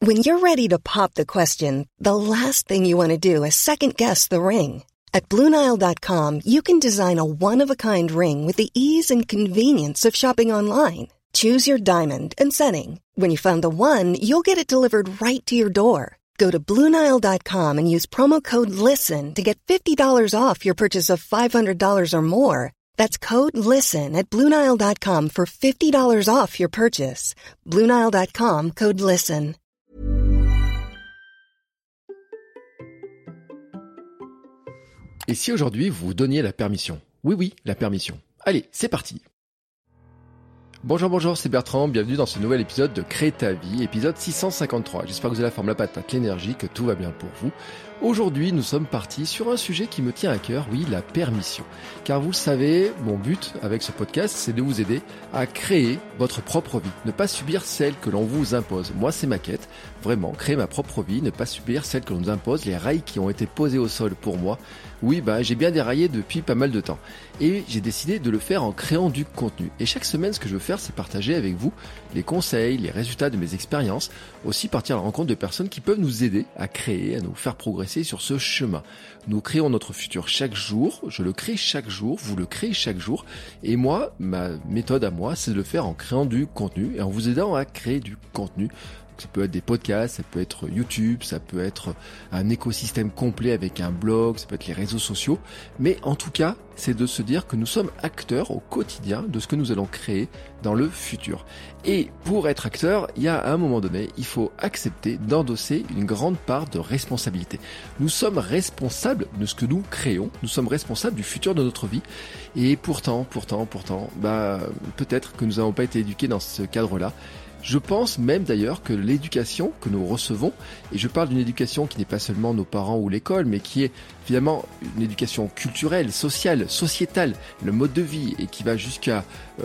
When you're ready to pop the question, the last thing you want to do is second-guess the ring. At BlueNile.com, you can design a one-of-a-kind ring with the ease and convenience of shopping online. Choose your diamond and setting. When you find the one, you'll get it delivered right to your door. Go to BlueNile.com and use promo code LISTEN to get $50 off your purchase of $500 or more. That's code LISTEN at BlueNile.com for $50 off your purchase. BlueNile.com, code LISTEN. Et si aujourd'hui vous vous donniez la permission? Oui, la permission. Allez, c'est parti. Bonjour, c'est Bertrand, bienvenue dans ce nouvel épisode de Crée ta vie, épisode 653. J'espère que vous avez la forme, la patate, l'énergie, que tout va bien pour vous. Aujourd'hui, nous sommes partis sur un sujet qui me tient à cœur, oui, la permission. Car vous le savez, mon but avec ce podcast, c'est de vous aider à créer votre propre vie. Ne pas subir celle que l'on vous impose. Moi, c'est ma quête. Vraiment, créer ma propre vie, ne pas subir celle que l'on nous impose, les rails qui ont été posés au sol pour moi. Oui, j'ai bien déraillé depuis pas mal de temps. Et j'ai décidé de le faire en créant du contenu. Et chaque semaine, ce que je veux faire, c'est partager avec vous les conseils, les résultats de mes expériences. Aussi partir à la rencontre de personnes qui peuvent nous aider à créer, à nous faire progresser sur ce chemin. Nous créons notre futur chaque jour. Je le crée chaque jour. Vous le créez chaque jour. Et moi, ma méthode à moi, c'est de le faire en créant du contenu et en vous aidant à créer du contenu. Ça peut être des podcasts, ça peut être YouTube, ça peut être un écosystème complet avec un blog, ça peut être les réseaux sociaux. Mais en tout cas, c'est de se dire que nous sommes acteurs au quotidien de ce que nous allons créer dans le futur. Et pour être acteur, il y a à un moment donné, il faut accepter d'endosser une grande part de responsabilité. Nous sommes responsables de ce que nous créons, nous sommes responsables du futur de notre vie. Et pourtant, peut-être que nous n'avons pas été éduqués dans ce cadre-là. Je pense même d'ailleurs que l'éducation que nous recevons, et je parle d'une éducation qui n'est pas seulement nos parents ou l'école, mais qui est finalement une éducation culturelle, sociale, sociétale, le mode de vie, et qui va jusqu'à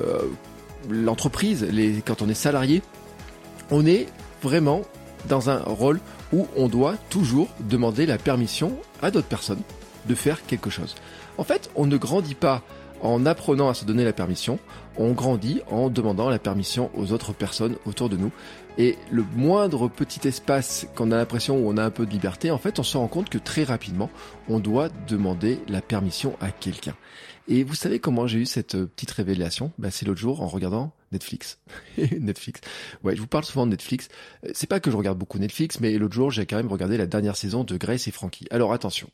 l'entreprise, quand on est salarié, on est vraiment dans un rôle où on doit toujours demander la permission à d'autres personnes de faire quelque chose. En fait, on ne grandit pas en apprenant à se donner la permission, on grandit en demandant la permission aux autres personnes autour de nous. Et le moindre petit espace qu'on a l'impression où on a un peu de liberté, en fait, on se rend compte que très rapidement, on doit demander la permission à quelqu'un. Et vous savez comment j'ai eu cette petite révélation? C'est l'autre jour en regardant Netflix. Netflix. Ouais, je vous parle souvent de Netflix. C'est pas que je regarde beaucoup Netflix, mais l'autre jour, j'ai quand même regardé la dernière saison de Grace et Frankie. Alors attention.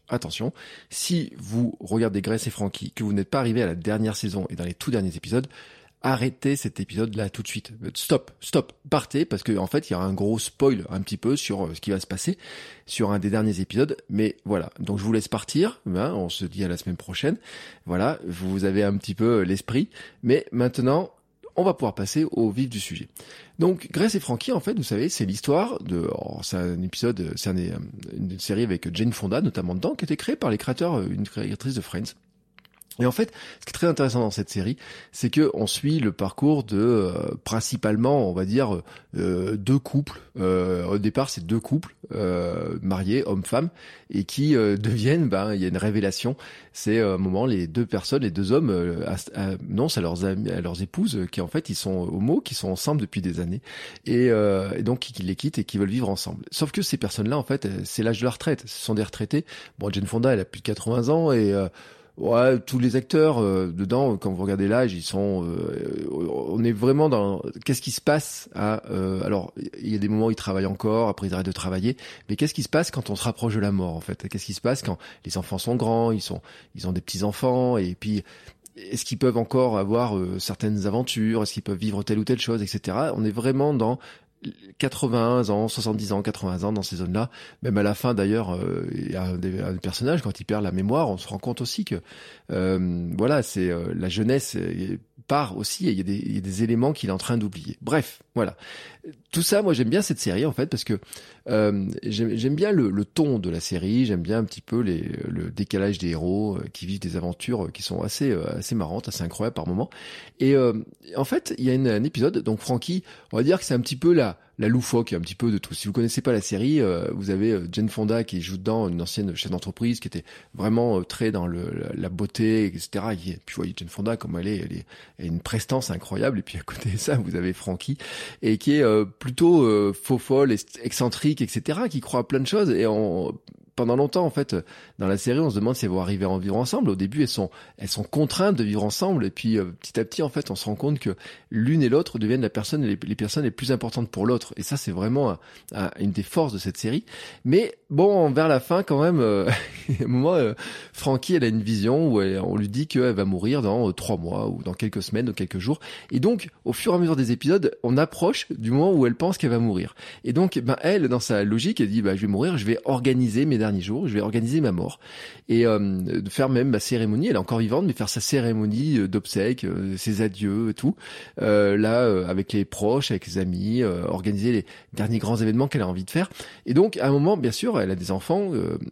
Si vous regardez Grace et Frankie, que vous n'êtes pas arrivé à la dernière saison et dans les tout derniers épisodes, arrêtez cet épisode-là tout de suite. Stop, partez, parce que en fait, il y a un gros spoil un petit peu sur ce qui va se passer sur un des derniers épisodes. Mais voilà, donc je vous laisse partir. On se dit à la semaine prochaine. Voilà, vous avez un petit peu l'esprit. Mais maintenant, on va pouvoir passer au vif du sujet. Donc, Grace et Frankie, en fait, vous savez, c'est l'histoire de... c'est un épisode, une série avec Jane Fonda, notamment dedans, qui a été créée par les créateurs, une créatrice de Friends. Et en fait, ce qui est très intéressant dans cette série, c'est que on suit le parcours de principalement, on va dire, deux couples. Au départ, c'est deux couples mariés, homme-femme, et qui deviennent, il y a une révélation. C'est un moment les deux personnes, les deux hommes, annoncent à leurs épouses qui en fait ils sont homos, qui sont ensemble depuis des années, et donc qui les quittent et qui veulent vivre ensemble. Sauf que ces personnes-là, en fait, c'est l'âge de la retraite. Ce sont des retraités. Bon, Jane Fonda, elle a plus de 80 ans et ouais, tous les acteurs dedans, quand vous regardez l'âge, ils sont. On est vraiment dans. Qu'est-ce qui se passe alors, il y a des moments où ils travaillent encore, après ils arrêtent de travailler. Mais qu'est-ce qui se passe quand on se rapproche de la mort, en fait? Qu'est-ce qui se passe quand les enfants sont grands, ils ont des petits enfants, et puis est-ce qu'ils peuvent encore avoir certaines aventures, est-ce qu'ils peuvent vivre telle ou telle chose, etc. On est vraiment dans 80 ans, 70 ans, 80 ans dans ces zones-là. Même à la fin, d'ailleurs, il y a un des personnages, quand il perd la mémoire, on se rend compte aussi que c'est la jeunesse part aussi, et il y a des éléments qu'il est en train d'oublier. Bref, voilà. Tout ça, moi j'aime bien cette série en fait, parce que j'aime bien le ton de la série, j'aime bien un petit peu le décalage des héros qui vivent des aventures qui sont assez marrantes, assez incroyables par moments. Et en fait, il y a un épisode, donc Frankie, on va dire que c'est un petit peu la la loufoque un petit peu de tout. Si vous connaissez pas la série, vous avez Jane Fonda qui joue dedans, une ancienne chef d'entreprise qui était vraiment très dans la beauté, etc. Et puis vous voyez Jane Fonda comme elle a une prestance incroyable. Et puis à côté de ça, vous avez Frankie et qui est plutôt faux folle, excentrique, etc. qui croit à plein de choses et pendant longtemps, en fait, dans la série, on se demande si elles vont arriver à en vivre ensemble. Au début, elles sont contraintes de vivre ensemble. Et puis, petit à petit, en fait, on se rend compte que l'une et l'autre deviennent les personnes les plus importantes pour l'autre. Et ça, c'est vraiment une des forces de cette série. Mais bon, vers la fin, quand même, à un moment, Frankie, elle a une vision où on lui dit qu'elle va mourir dans 3 mois ou dans quelques semaines ou quelques jours. Et donc, au fur et à mesure des épisodes, on approche du moment où elle pense qu'elle va mourir. Et donc, elle, dans sa logique, elle dit, je vais mourir, je vais organiser mes derniers jours, je vais organiser ma mort et de faire même ma cérémonie. Elle est encore vivante, mais faire sa cérémonie d'obsèques, ses adieux et tout. Avec les proches, avec les amis, organiser les derniers grands événements qu'elle a envie de faire. Et donc, à un moment, bien sûr, elle a des enfants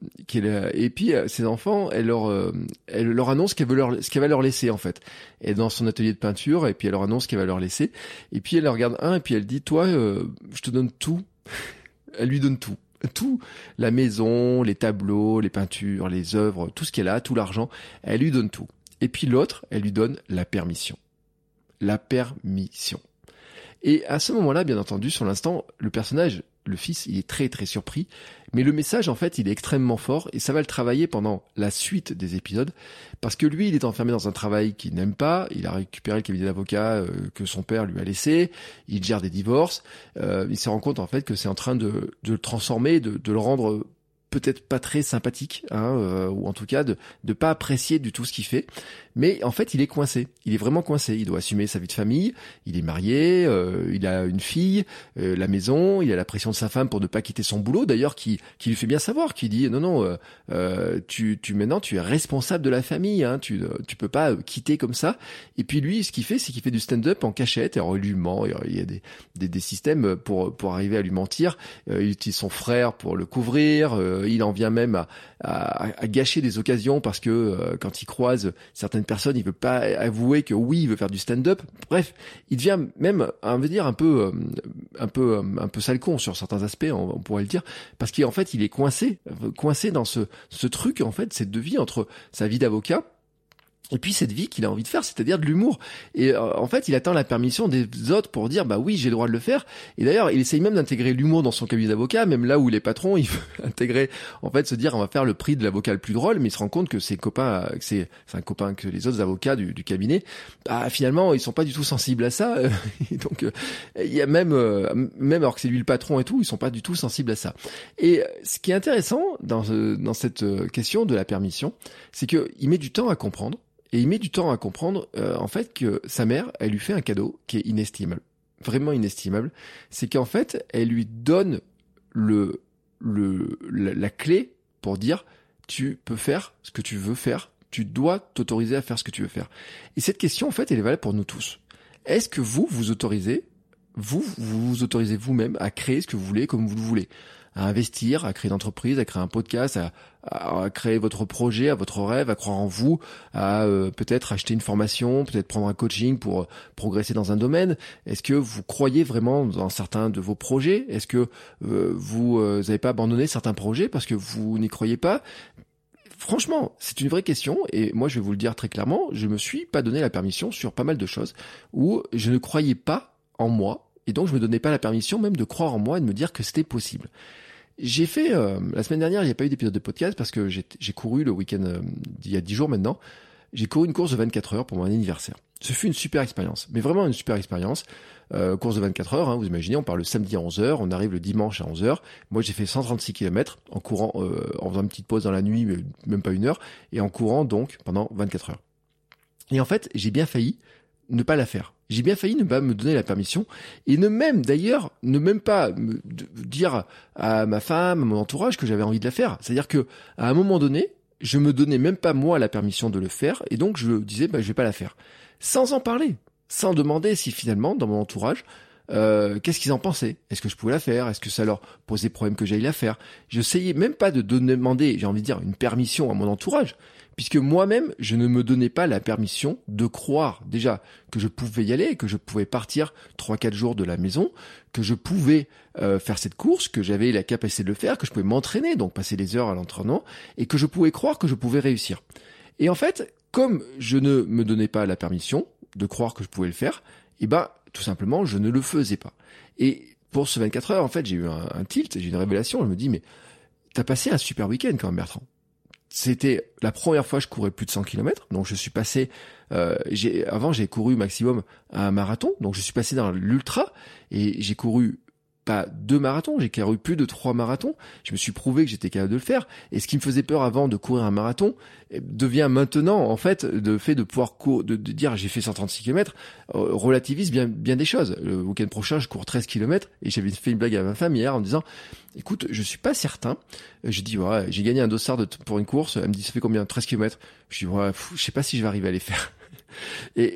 et puis ces enfants, elle leur annonce ce qu'elle va leur laisser en fait. Elle est dans son atelier de peinture et puis elle leur annonce ce qu'elle va leur laisser. Et puis elle leur regarde et puis elle dit, toi, je te donne tout. Elle lui donne tout. Tout, la maison, les tableaux, les peintures, les œuvres, tout ce qu'elle a, tout l'argent, elle lui donne tout. Et puis l'autre, elle lui donne la permission. La permission. Et à ce moment-là, bien entendu, sur l'instant, le personnage, le fils, il est très très surpris, mais le message, en fait, il est extrêmement fort, et ça va le travailler pendant la suite des épisodes, parce que lui, il est enfermé dans un travail qu'il n'aime pas, il a récupéré le cabinet d'avocat que son père lui a laissé, il gère des divorces, il se rend compte, en fait, que c'est en train de le transformer, de le rendre peut-être pas très sympathique, ou en tout cas de pas apprécier du tout ce qu'il fait. Mais en fait, il est coincé. Il est vraiment coincé. Il doit assumer sa vie de famille. Il est marié, il a une fille, la maison. Il a la pression de sa femme pour ne pas quitter son boulot. D'ailleurs, qui lui fait bien savoir, qui dit non, maintenant tu es responsable de la famille. Tu peux pas quitter comme ça. Et puis lui, ce qu'il fait, c'est qu'il fait du stand-up en cachette. Alors il lui ment. Il y a des systèmes pour arriver à lui mentir. Il utilise son frère pour le couvrir. Il en vient même à gâcher des occasions parce que quand il croise certaines personnes, il veut pas avouer que oui, il veut faire du stand-up. Bref, il devient même, on veut dire, un peu sale con sur certains aspects, on pourrait le dire, parce qu'en fait, il est coincé dans ce truc, en fait, cette vie entre sa vie d'avocat et puis cette vie qu'il a envie de faire, c'est-à-dire de l'humour. Et en fait, il attend la permission des autres pour dire oui, j'ai le droit de le faire. Et d'ailleurs, il essaye même d'intégrer l'humour dans son cabinet d'avocat, même là où il est patron, il veut intégrer, en fait, se dire on va faire le prix de l'avocat le plus drôle, mais il se rend compte que ses copains, que les autres avocats du cabinet, finalement, ils sont pas du tout sensibles à ça. Et donc, il y a même alors que c'est lui le patron et tout, ils sont pas du tout sensibles à ça. Et ce qui est intéressant dans cette question de la permission, c'est que il met du temps à comprendre. Et il met du temps à comprendre, en fait, que sa mère, elle lui fait un cadeau qui est inestimable. Vraiment inestimable. C'est qu'en fait, elle lui donne la clé pour dire, tu peux faire ce que tu veux faire. Tu dois t'autoriser à faire ce que tu veux faire. Et cette question, en fait, elle est valable pour nous tous. Est-ce que vous autorisez vous-même à créer ce que vous voulez comme vous le voulez? À investir, à créer une entreprise, à créer un podcast, à créer votre projet, à votre rêve, à croire en vous, à peut-être acheter une formation, peut-être prendre un coaching pour progresser dans un domaine. Est-ce que vous croyez vraiment dans certains de vos projets? Est-ce que vous n'avez pas abandonné certains projets parce que vous n'y croyez pas? Franchement, c'est une vraie question et moi je vais vous le dire très clairement, je me suis pas donné la permission sur pas mal de choses où je ne croyais pas en moi. Et donc, je me donnais pas la permission même de croire en moi et de me dire que c'était possible. J'ai fait, la semaine dernière, il n'y a pas eu d'épisode de podcast parce que j'ai couru le week-end d'il y a 10 jours maintenant. J'ai couru une course de 24 heures pour mon anniversaire. Ce fut une super expérience, mais vraiment une super expérience. Course de 24 heures, vous imaginez, on part le samedi à 11h, on arrive le dimanche à 11h. Moi, j'ai fait 136 km en courant, en faisant une petite pause dans la nuit, mais même pas 1 heure, et en courant donc pendant 24 heures. Et en fait, j'ai bien failli ne pas la faire. J'ai bien failli ne pas me donner la permission et ne même pas me dire à ma femme, à mon entourage que j'avais envie de la faire. C'est-à-dire que à un moment donné, je me donnais même pas moi la permission de le faire et donc je disais je vais pas la faire. Sans en parler, sans demander si finalement dans mon entourage qu'est-ce qu'ils en pensaient? Est-ce que je pouvais la faire? Est-ce que ça leur posait problème que j'aille la faire? J'essayais même pas de demander, j'ai envie de dire, une permission à mon entourage, puisque moi-même, je ne me donnais pas la permission de croire déjà que je pouvais y aller, que je pouvais partir 3-4 jours de la maison, que je pouvais faire cette course, que j'avais la capacité de le faire, que je pouvais m'entraîner, donc passer des heures à l'entraînement, et que je pouvais croire que je pouvais réussir. Et en fait, comme je ne me donnais pas la permission de croire que je pouvais le faire, tout simplement, je ne le faisais pas. Et pour ce 24 heures, en fait, j'ai eu un tilt, j'ai eu une révélation, je me dis, mais t'as passé un super week-end quand même, Bertrand. C'était la première fois que je courais plus de 100 km, donc je suis passé, avant j'ai couru maximum un marathon, donc je suis passé dans l'ultra, et j'ai couru pas 2 marathons, j'ai couru plus de 3 marathons, je me suis prouvé que j'étais capable de le faire, et ce qui me faisait peur avant de courir un marathon, devient maintenant, en fait, de fait de pouvoir de dire j'ai fait 136 km, relativise bien des choses. Le week-end prochain, je cours 13 km, et j'avais fait une blague à ma femme hier en me disant, écoute, je suis pas certain, je dis, ouais, j'ai gagné un dossard pour une course, elle me dit, ça fait combien? 13 km? Je dis, ouais, je sais pas si je vais arriver à les faire. Et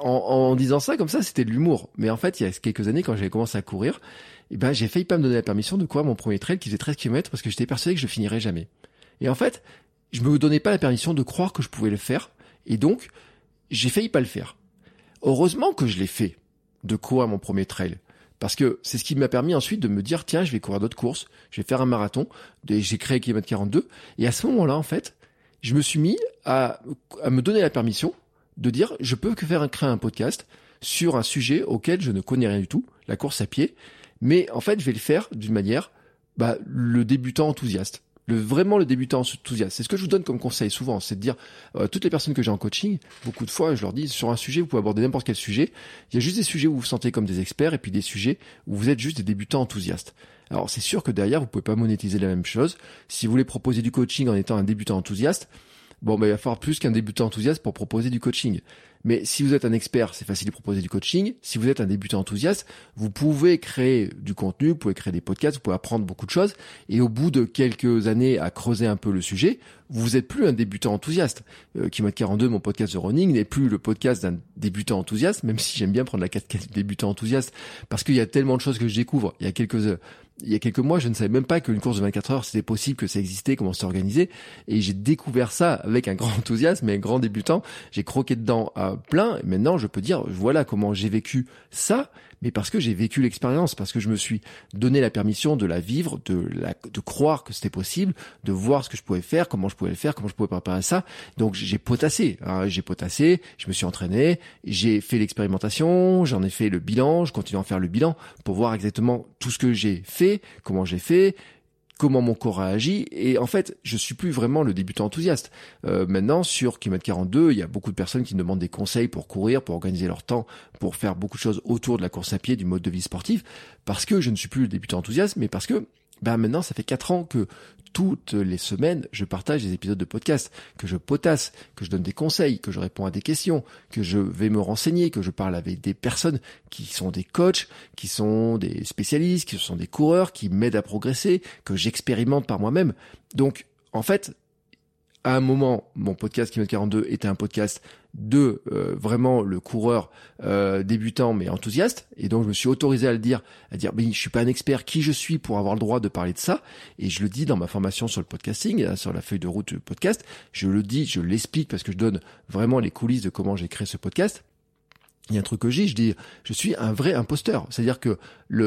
en disant ça, comme ça, c'était de l'humour. Mais en fait, il y a quelques années, quand j'avais commencé à courir, j'ai failli pas me donner la permission de courir mon premier trail qui faisait 13 km parce que j'étais persuadé que je finirais jamais. Et en fait, je me donnais pas la permission de croire que je pouvais le faire. Et donc, j'ai failli pas le faire. Heureusement que je l'ai fait, de courir mon premier trail. Parce que c'est ce qui m'a permis ensuite de me dire, tiens, je vais courir d'autres courses, je vais faire un marathon, j'ai créé Kilomètre 42. Et à ce moment-là, en fait, je me suis mis à me donner la permission de dire, je peux créer un podcast sur un sujet auquel je ne connais rien du tout, la course à pied. Mais en fait, je vais le faire d'une manière, le débutant enthousiaste. Vraiment le débutant enthousiaste. C'est ce que je vous donne comme conseil souvent, c'est de dire, toutes les personnes que j'ai en coaching, beaucoup de fois, je leur dis, sur un sujet, vous pouvez aborder n'importe quel sujet. Il y a juste des sujets où vous vous sentez comme des experts et puis des sujets où vous êtes juste des débutants enthousiastes. Alors, c'est sûr que derrière, vous pouvez pas monétiser la même chose. Si vous voulez proposer du coaching en étant un débutant enthousiaste, il va falloir plus qu'un débutant enthousiaste pour proposer du coaching. Mais si vous êtes un expert, c'est facile de proposer du coaching. Si vous êtes un débutant enthousiaste, vous pouvez créer du contenu, vous pouvez créer des podcasts, vous pouvez apprendre beaucoup de choses. Et au bout de quelques années à creuser un peu le sujet, vous êtes plus un débutant enthousiaste. Kilomètre 42, mon podcast de running, n'est plus le podcast d'un débutant enthousiaste, même si j'aime bien prendre la casquette débutant enthousiaste, parce qu'il y a tellement de choses que je découvre. Il y a quelques mois, je ne savais même pas qu'une course de 24 heures, c'était possible, que ça existait, comment c'est organisé. Et j'ai découvert ça avec un grand enthousiasme et un grand débutant. J'ai croqué dedans à plein. Et maintenant, je peux dire, voilà comment j'ai vécu ça, mais parce que j'ai vécu l'expérience, parce que je me suis donné la permission de la vivre, de croire que c'était possible, de voir ce que je pouvais faire, comment je pouvais le faire, comment je pouvais préparer ça. Donc, j'ai potassé, je me suis entraîné, j'ai fait l'expérimentation, j'en ai fait le bilan, je continue à en faire le bilan pour voir exactement tout ce que j'ai fait, comment j'ai fait, comment mon corps a agi. Et en fait, je suis plus vraiment le débutant enthousiaste. Maintenant, sur Kilomètre 42, il y a beaucoup de personnes qui me demandent des conseils pour courir, pour organiser leur temps, pour faire beaucoup de choses autour de la course à pied, du mode de vie sportif, parce que je ne suis plus le débutant enthousiaste, mais parce que maintenant, ça fait 4 ans que toutes les semaines, je partage des épisodes de podcast, que je potasse, que je donne des conseils, que je réponds à des questions, que je vais me renseigner, que je parle avec des personnes qui sont des coachs, qui sont des spécialistes, qui sont des coureurs, qui m'aident à progresser, que j'expérimente par moi-même. Donc, en fait, à un moment, mon podcast Kilomètre 42 était un podcast de vraiment le coureur débutant mais enthousiaste, et donc je me suis autorisé à dire mais je suis pas un expert, qui je suis pour avoir le droit de parler de ça, et je le dis dans ma formation sur le podcasting, sur la feuille de route du podcast, je le dis, je l'explique parce que je donne vraiment les coulisses de comment j'ai créé ce podcast. Il y a un truc que je dis, je suis un vrai imposteur, c'est-à-dire que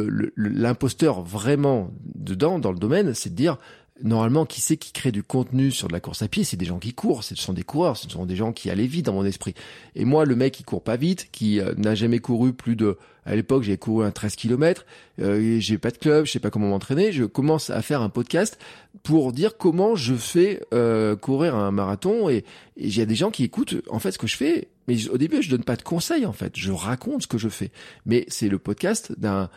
l'imposteur vraiment dedans, dans le domaine, c'est de dire, normalement, qui c'est qui crée du contenu sur de la course à pied? C'est des gens qui courent, ce sont des coureurs, ce sont des gens qui allaient vite dans mon esprit. Et moi, le mec qui court pas vite, qui n'a jamais couru plus de... À l'époque, j'avais couru un 13 km, j'ai pas de club, je sais pas comment m'entraîner, je commence à faire un podcast pour dire comment je fais courir un marathon, et il y a des gens qui écoutent en fait ce que je fais, mais au début, je donne pas de conseils en fait, je raconte ce que je fais. Mais c'est le podcast d'un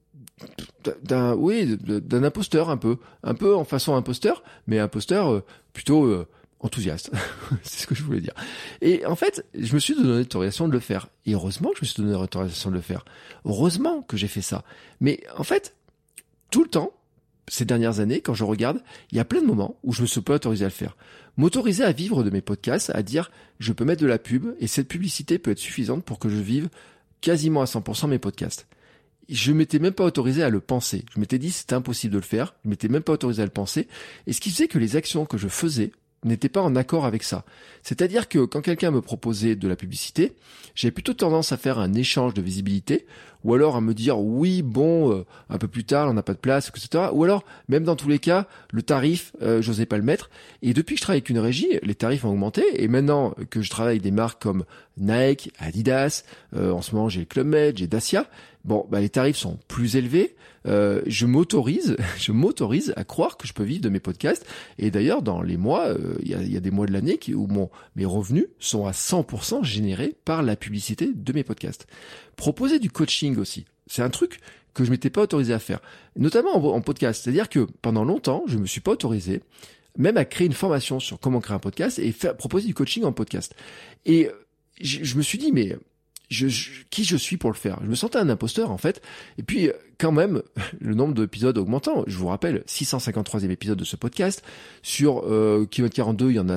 imposteur un peu en façon imposteur, mais imposteur plutôt enthousiaste. C'est ce que je voulais dire. Et en fait, je me suis donné l'autorisation de le faire. Et heureusement que je me suis donné l'autorisation de le faire. Heureusement que j'ai fait ça. Mais en fait, tout le temps, ces dernières années, quand je regarde, il y a plein de moments où je me suis pas autorisé à le faire. M'autoriser à vivre de mes podcasts, à dire, je peux mettre de la pub, et cette publicité peut être suffisante pour que je vive quasiment à 100% mes podcasts. je m'étais même pas autorisé à le penser. Je m'étais dit c'était impossible de le faire. Je m'étais même pas autorisé à le penser. Et ce qui faisait que les actions que je faisais n'étaient pas en accord avec ça. C'est-à-dire que quand quelqu'un me proposait de la publicité, j'avais plutôt tendance à faire un échange de visibilité, ou alors à me dire oui, bon, un peu plus tard, on n'a pas de place, etc. Ou alors, même dans tous les cas, le tarif, j'osais pas le mettre. Et depuis que je travaille avec une régie, les tarifs ont augmenté. Et maintenant que je travaille avec des marques comme Nike, Adidas, en ce moment j'ai Club Med, j'ai Dacia, bon, bah les tarifs sont plus élevés. Je m'autorise à croire que je peux vivre de mes podcasts. Et d'ailleurs, dans les mois, il y a des mois de l'année où mes revenus sont à 100% générés par la publicité de mes podcasts. Proposer du coaching aussi, c'est un truc que je m'étais pas autorisé à faire, notamment en podcast. C'est-à-dire que pendant longtemps, je me suis pas autorisé même à créer une formation sur comment créer un podcast et proposer du coaching en podcast. Et je me suis dit, mais qui je suis pour le faire? Je me sentais un imposteur en fait. Et puis quand même, le nombre d'épisodes augmentant. Je vous rappelle, 653e épisode de ce podcast. Sur Kilomètre 42, il y en a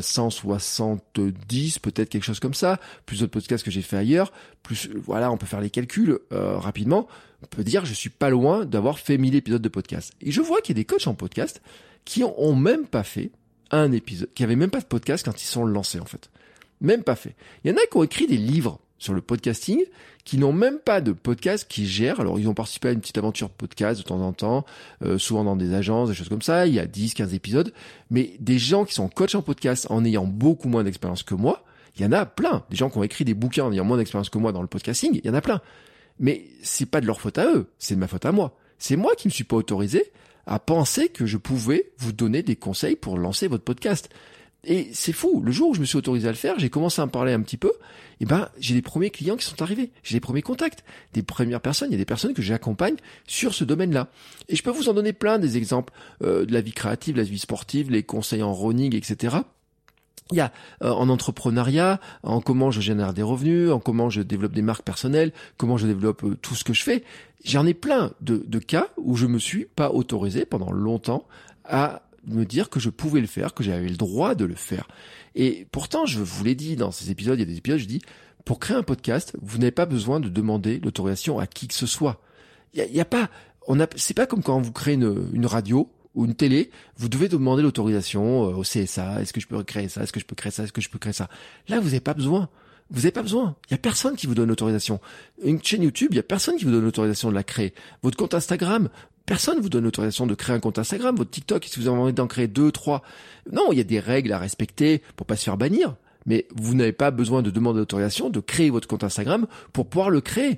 170, peut-être quelque chose comme ça. Plus d'autres podcasts que j'ai fait ailleurs. Plus, voilà, on peut faire les calculs rapidement. On peut dire que je suis pas loin d'avoir fait 1000 épisodes de podcast. Et je vois qu'il y a des coachs en podcast qui ont même pas fait un épisode, qui avaient même pas de podcast quand ils sont lancés en fait. Même pas fait. Il y en a qui ont écrit des livres sur le podcasting, qui n'ont même pas de podcast qui gèrent. Alors, ils ont participé à une petite aventure podcast de temps en temps, souvent dans des agences, des choses comme ça. Il y a 10, 15 épisodes. Mais des gens qui sont coachs en podcast en ayant beaucoup moins d'expérience que moi, il y en a plein. Des gens qui ont écrit des bouquins en ayant moins d'expérience que moi dans le podcasting, il y en a plein. Mais c'est pas de leur faute à eux, c'est de ma faute à moi. C'est moi qui me suis pas autorisé à penser que je pouvais vous donner des conseils pour lancer votre podcast. Et c'est fou, le jour où je me suis autorisé à le faire, j'ai commencé à en parler un petit peu, et ben j'ai des premiers clients qui sont arrivés, j'ai des premiers contacts, des premières personnes, il y a des personnes que j'accompagne sur ce domaine-là. Et je peux vous en donner plein des exemples de la vie créative, de la vie sportive, les conseils en running, etc. Il y a en entrepreneuriat, en comment je génère des revenus, en comment je développe des marques personnelles, comment je développe tout ce que je fais. J'en ai plein de cas où je me suis pas autorisé pendant longtemps à me dire que je pouvais le faire, que j'avais le droit de le faire. Et pourtant, je vous l'ai dit dans ces épisodes, il y a des épisodes, je dis, pour créer un podcast, vous n'avez pas besoin de demander l'autorisation à qui que ce soit. Il y a pas, c'est pas comme quand vous créez une radio ou une télé, vous devez demander l'autorisation au CSA, est-ce que je peux créer ça, est-ce que je peux créer ça, est-ce que je peux créer ça. Là, vous n'avez pas besoin. Vous n'avez pas besoin. Il y a personne qui vous donne l'autorisation. Une chaîne YouTube, il y a personne qui vous donne l'autorisation de la créer. Votre compte Instagram, personne vous donne l'autorisation de créer un compte Instagram. Votre TikTok, si vous avez envie d'en créer 2, 3. Non, il y a des règles à respecter pour pas se faire bannir. Mais vous n'avez pas besoin de demander l'autorisation de créer votre compte Instagram pour pouvoir le créer.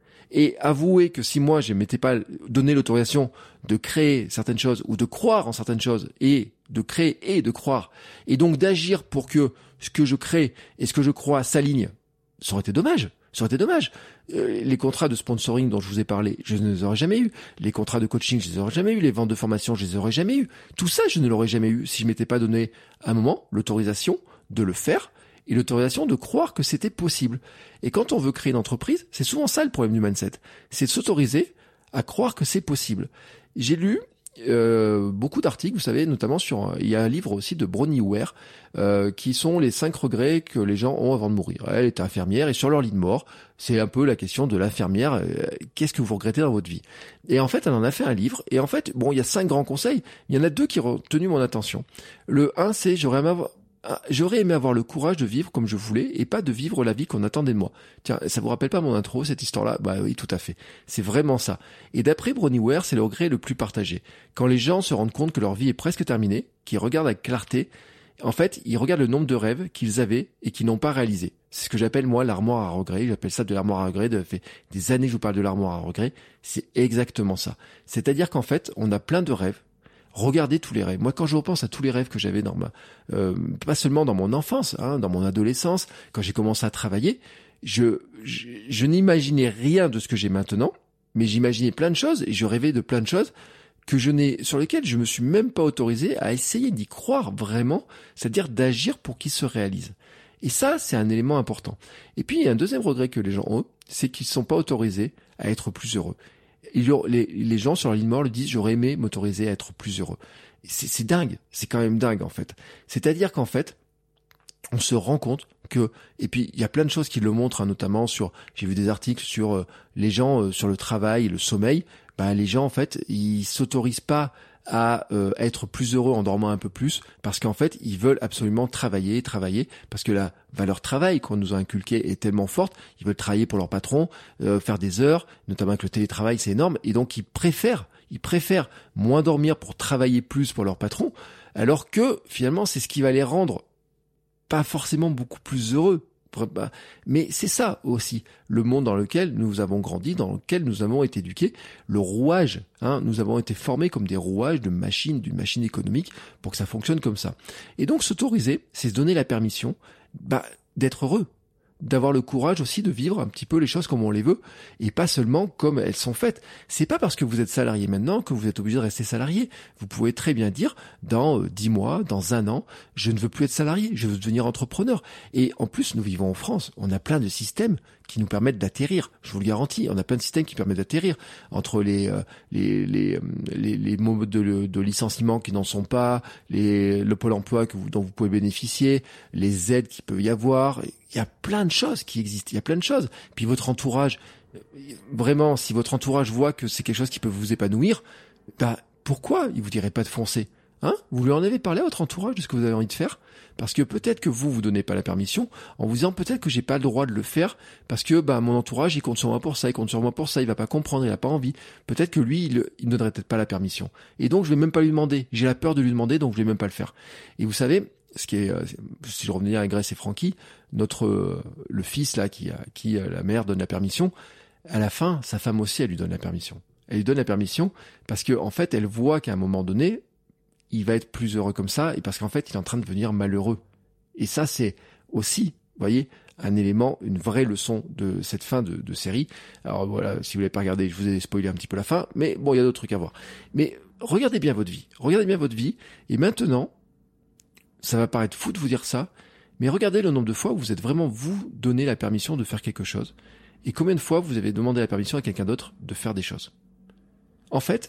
Et avouez que si moi je m'étais pas donné l'autorisation de créer certaines choses ou de croire en certaines choses et de créer et de croire et donc d'agir pour que ce que je crée et ce que je crois s'alignent, ça aurait été dommage. Ça aurait été dommage. Les contrats de sponsoring dont je vous ai parlé, je ne les aurais jamais eu. Les contrats de coaching, je les aurais jamais eu. Les ventes de formation, je les aurais jamais eu. Tout ça, je ne l'aurais jamais eu si je m'étais pas donné à un moment l'autorisation de le faire et l'autorisation de croire que c'était possible. Et quand on veut créer une entreprise, c'est souvent ça le problème du mindset. C'est de s'autoriser à croire que c'est possible. J'ai lu beaucoup d'articles, vous savez, notamment il y a un livre aussi de Bronnie Ware qui sont les 5 regrets que les gens ont avant de mourir. Elle était infirmière et sur leur lit de mort, c'est un peu la question de l'infirmière, qu'est-ce que vous regrettez dans votre vie? Et en fait, elle en a fait un livre et en fait, bon, il y a 5 grands conseils, il y en a 2 qui ont retenu mon attention. Le 1, c'est j'aurais aimé avoir le courage de vivre comme je voulais et pas de vivre la vie qu'on attendait de moi. Tiens, ça vous rappelle pas mon intro, cette histoire-là? Bah oui, tout à fait. C'est vraiment ça. Et d'après Bronnie Ware, c'est le regret le plus partagé. Quand les gens se rendent compte que leur vie est presque terminée, qu'ils regardent avec clarté, en fait, ils regardent le nombre de rêves qu'ils avaient et qu'ils n'ont pas réalisés. C'est ce que j'appelle, moi, l'armoire à regrets. J'appelle ça de l'armoire à regrets. Ça fait des années que je vous parle de l'armoire à regrets. C'est exactement ça. C'est-à-dire qu'en fait, on a plein de rêves. Regardez tous les rêves. Moi, quand je repense à tous les rêves que j'avais dans pas seulement dans mon enfance, dans mon adolescence, quand j'ai commencé à travailler, je n'imaginais rien de ce que j'ai maintenant, mais j'imaginais plein de choses et je rêvais de plein de choses sur lesquelles je me suis même pas autorisé à essayer d'y croire vraiment, c'est-à-dire d'agir pour qu'ils se réalisent. Et ça, c'est un élément important. Et puis, il y a un deuxième regret que les gens ont, c'est qu'ils ne sont pas autorisés à être plus heureux. Les gens sur la ligne mort le disent, j'aurais aimé m'autoriser à être plus heureux. C'est dingue, c'est quand même dingue en fait. C'est-à-dire qu'en fait, on se rend compte et puis il y a plein de choses qui le montrent, hein, notamment j'ai vu des articles sur les gens sur le travail, le sommeil. Les gens en fait, ils s'autorisent pas à être plus heureux en dormant un peu plus, parce qu'en fait ils veulent absolument travailler, parce que la valeur travail qu'on nous a inculquée est tellement forte. Ils veulent travailler pour leur patron, faire des heures, notamment avec le télétravail, c'est énorme, et donc ils préfèrent moins dormir pour travailler plus pour leur patron, alors que finalement c'est ce qui va les rendre pas forcément beaucoup plus heureux. Mais c'est ça aussi, le monde dans lequel nous avons grandi, dans lequel nous avons été éduqués, le rouage, nous avons été formés comme des rouages d'une machine économique pour que ça fonctionne comme ça. Et donc s'autoriser, c'est se donner la permission d'être heureux, d'avoir le courage aussi de vivre un petit peu les choses comme on les veut et pas seulement comme elles sont faites. C'est pas parce que vous êtes salarié maintenant que vous êtes obligé de rester salarié. Vous pouvez très bien dire dans 10 mois, dans 1 an, je ne veux plus être salarié, je veux devenir entrepreneur. Et en plus, nous vivons en France, on a plein de systèmes qui nous permettent d'atterrir. Je vous le garantis, on a plein de systèmes qui permettent d'atterrir entre les modes de licenciement qui n'en sont pas, le pôle emploi dont vous pouvez bénéficier, les aides qu'il peut y avoir. Il y a plein de choses qui existent, il y a plein de choses. Puis votre entourage, vraiment, si votre entourage voit que c'est quelque chose qui peut vous épanouir, pourquoi il vous dirait pas de foncer? Vous lui en avez parlé à votre entourage de ce que vous avez envie de faire? Parce que peut-être que vous donnez pas la permission en vous disant peut-être que j'ai pas le droit de le faire parce que mon entourage il compte sur moi pour ça, il va pas comprendre, il a pas envie. Peut-être que lui il ne donnerait peut-être pas la permission. Et donc je vais même pas lui demander. J'ai la peur de lui demander, donc je vais même pas le faire. Et vous savez, ce qui est, si je revenais à Grace et Frankie, le fils là qui la mère donne la permission, à la fin sa femme aussi elle lui donne la permission. Elle lui donne la permission parce que en fait elle voit qu'à un moment donné il va être plus heureux comme ça, et parce qu'en fait, il est en train de devenir malheureux. Et ça, c'est aussi, vous voyez, un élément, une vraie leçon de cette fin de série. Alors voilà, si vous l'avez pas regardé, je vous ai spoilé un petit peu la fin, mais bon, il y a d'autres trucs à voir. Mais regardez bien votre vie, et maintenant, ça va paraître fou de vous dire ça, mais regardez le nombre de fois où vous êtes vraiment vous donné la permission de faire quelque chose, et combien de fois vous avez demandé la permission à quelqu'un d'autre de faire des choses. En fait,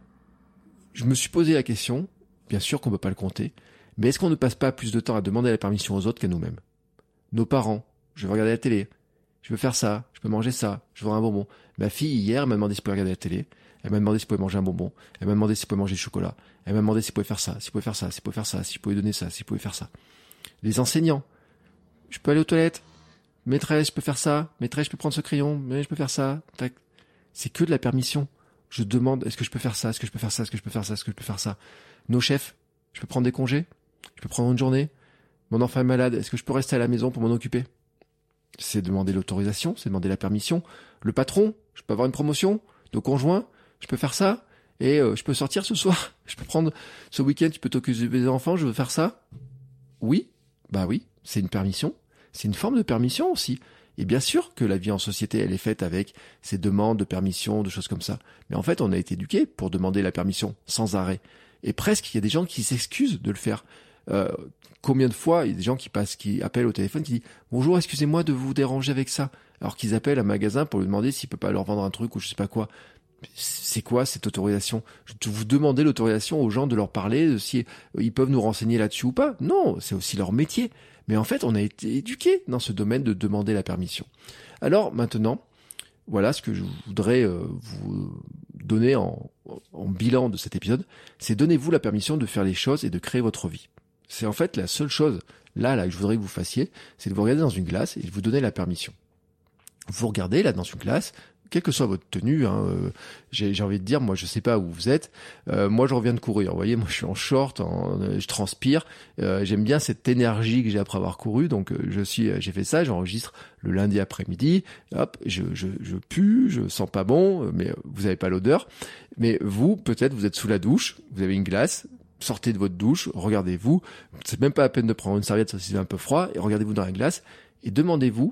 je me suis posé la question, bien sûr qu'on peut pas le compter, mais est-ce qu'on ne passe pas plus de temps à demander la permission aux autres qu'à nous-mêmes? Nos parents, je veux regarder la télé, je veux faire ça, je peux manger ça, je veux un bonbon. Ma fille, hier, m'a demandé si elle pouvait regarder la télé, elle m'a demandé si elle pouvait manger un bonbon, elle m'a demandé si elle pouvait manger du chocolat, elle m'a demandé si elle pouvait faire ça, si elle pouvait faire ça, si elle pouvait faire ça, si je pouvais donner ça, si elle pouvait faire ça. Les enseignants, je peux aller aux toilettes, maîtresse, je peux faire ça, maîtresse, je peux prendre ce crayon, mais je peux faire ça, tac. C'est que de la permission. Je demande, est-ce que je peux faire ça, est-ce que je peux faire ça, est-ce que je peux faire ça, est-ce que je peux faire ça. Nos chefs, je peux prendre des congés, je peux prendre une journée. Mon enfant est malade, est-ce que je peux rester à la maison pour m'en occuper? C'est demander l'autorisation, c'est demander la permission. Le patron, je peux avoir une promotion. Le conjoint, je peux faire ça. Et je peux sortir ce soir. Je peux prendre ce week-end, tu peux t'occuper des enfants, je veux faire ça. Oui, oui, c'est une permission. C'est une forme de permission aussi. Et bien sûr que la vie en société, elle est faite avec ces demandes de permission, de choses comme ça. Mais en fait, on a été éduqués pour demander la permission sans arrêt. Et presque, il y a des gens qui s'excusent de le faire. Combien de fois, il y a des gens qui appellent au téléphone, qui disent « Bonjour, excusez-moi de vous déranger avec ça ». Alors qu'ils appellent un magasin pour lui demander s'il peut pas leur vendre un truc ou je sais pas quoi. C'est quoi cette autorisation? Vous demandez l'autorisation aux gens de leur parler, de si ils peuvent nous renseigner là-dessus ou pas? Non, c'est aussi leur métier. Mais en fait, on a été éduqués dans ce domaine de demander la permission. Alors maintenant, voilà ce que je voudrais vous donner en bilan de cet épisode, c'est donnez-vous la permission de faire les choses et de créer votre vie. C'est en fait la seule chose là que je voudrais que vous fassiez, c'est de vous regarder dans une glace et de vous donner la permission. Vous regardez là dans une glace, quelle que soit votre tenue, j'ai envie de dire, moi je sais pas où vous êtes, moi je reviens de courir, vous voyez, moi je suis en short, je transpire, j'aime bien cette énergie que j'ai après avoir couru, donc j'ai fait ça, j'enregistre le lundi après-midi, hop, je pue, je sens pas bon, mais vous avez pas l'odeur, mais vous, peut-être vous êtes sous la douche, vous avez une glace, sortez de votre douche, regardez-vous, c'est même pas la peine de prendre une serviette si c'est un peu froid, et regardez-vous dans la glace, et donnez-vous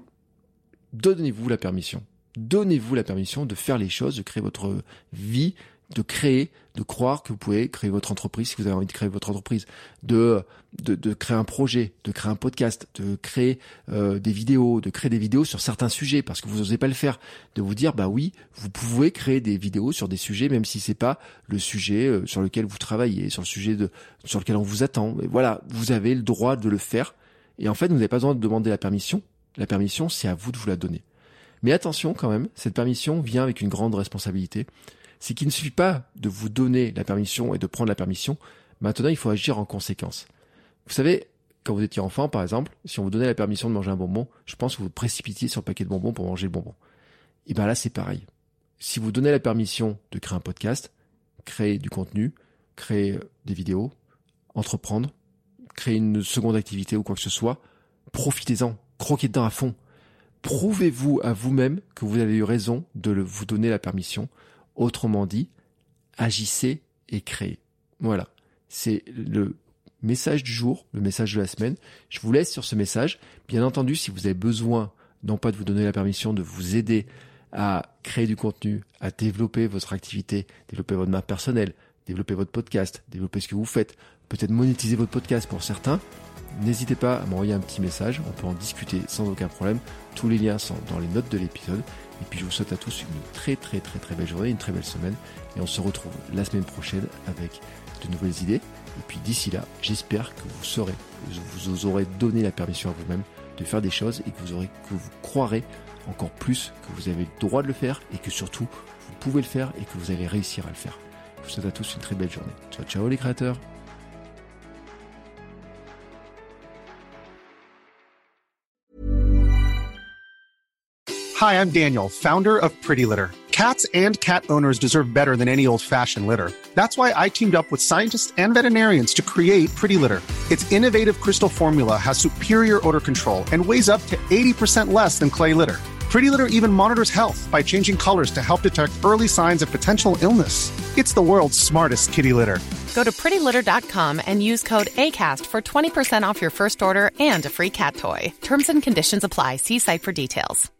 la permission. Donnez-vous la permission de faire les choses, de créer votre vie, de croire que vous pouvez créer votre entreprise si vous avez envie de créer votre entreprise, de créer un projet, de créer un podcast, de créer des vidéos, de créer des vidéos sur certains sujets parce que vous n'osez pas le faire, de vous dire oui, vous pouvez créer des vidéos sur des sujets même si c'est pas le sujet sur lequel vous travaillez, sur le sujet sur lequel on vous attend. Mais voilà, vous avez le droit de le faire Et en fait, vous n'avez pas besoin de demander la permission. La permission, c'est à vous de vous la donner. Mais attention quand même, cette permission vient avec une grande responsabilité. C'est qu'il ne suffit pas de vous donner la permission et de prendre la permission. Maintenant, il faut agir en conséquence. Vous savez, quand vous étiez enfant, par exemple, si on vous donnait la permission de manger un bonbon, je pense que vous vous précipitiez sur le paquet de bonbons pour manger le bonbon. Et bien là, c'est pareil. Si vous donnez la permission de créer un podcast, créer du contenu, créer des vidéos, entreprendre, créer une seconde activité ou quoi que ce soit, profitez-en, croquez dedans à fond. Prouvez-vous à vous-même que vous avez eu raison de vous donner la permission. Autrement dit, agissez et créez. Voilà, c'est le message du jour, le message de la semaine. Je vous laisse sur ce message. Bien entendu, si vous avez besoin, non pas de vous donner la permission, de vous aider à créer du contenu, à développer votre activité, développer votre marque personnelle, développer votre podcast, développer ce que vous faites, peut-être monétiser votre podcast pour certains, n'hésitez pas à m'envoyer un petit message, on peut en discuter sans aucun problème. Tous les liens sont dans les notes de l'épisode. Et puis je vous souhaite à tous une très belle journée, une très belle semaine. Et on se retrouve la semaine prochaine avec de nouvelles idées. Et puis d'ici là, j'espère que vous aurez donné la permission à vous-même de faire des choses et que vous croirez encore plus que vous avez le droit de le faire et que surtout vous pouvez le faire et que vous allez réussir à le faire. Je vous souhaite à tous une très belle journée. Ciao, ciao les créateurs. Hi, I'm Daniel, founder of Pretty Litter. Cats and cat owners deserve better than any old-fashioned litter. That's why I teamed up with scientists and veterinarians to create Pretty Litter. Its innovative crystal formula has superior odor control and weighs up to 80% less than clay litter. Pretty Litter even monitors health by changing colors to help detect early signs of potential illness. It's the world's smartest kitty litter. Go to prettylitter.com and use code ACAST for 20% off your first order and a free cat toy. Terms and conditions apply. See site for details.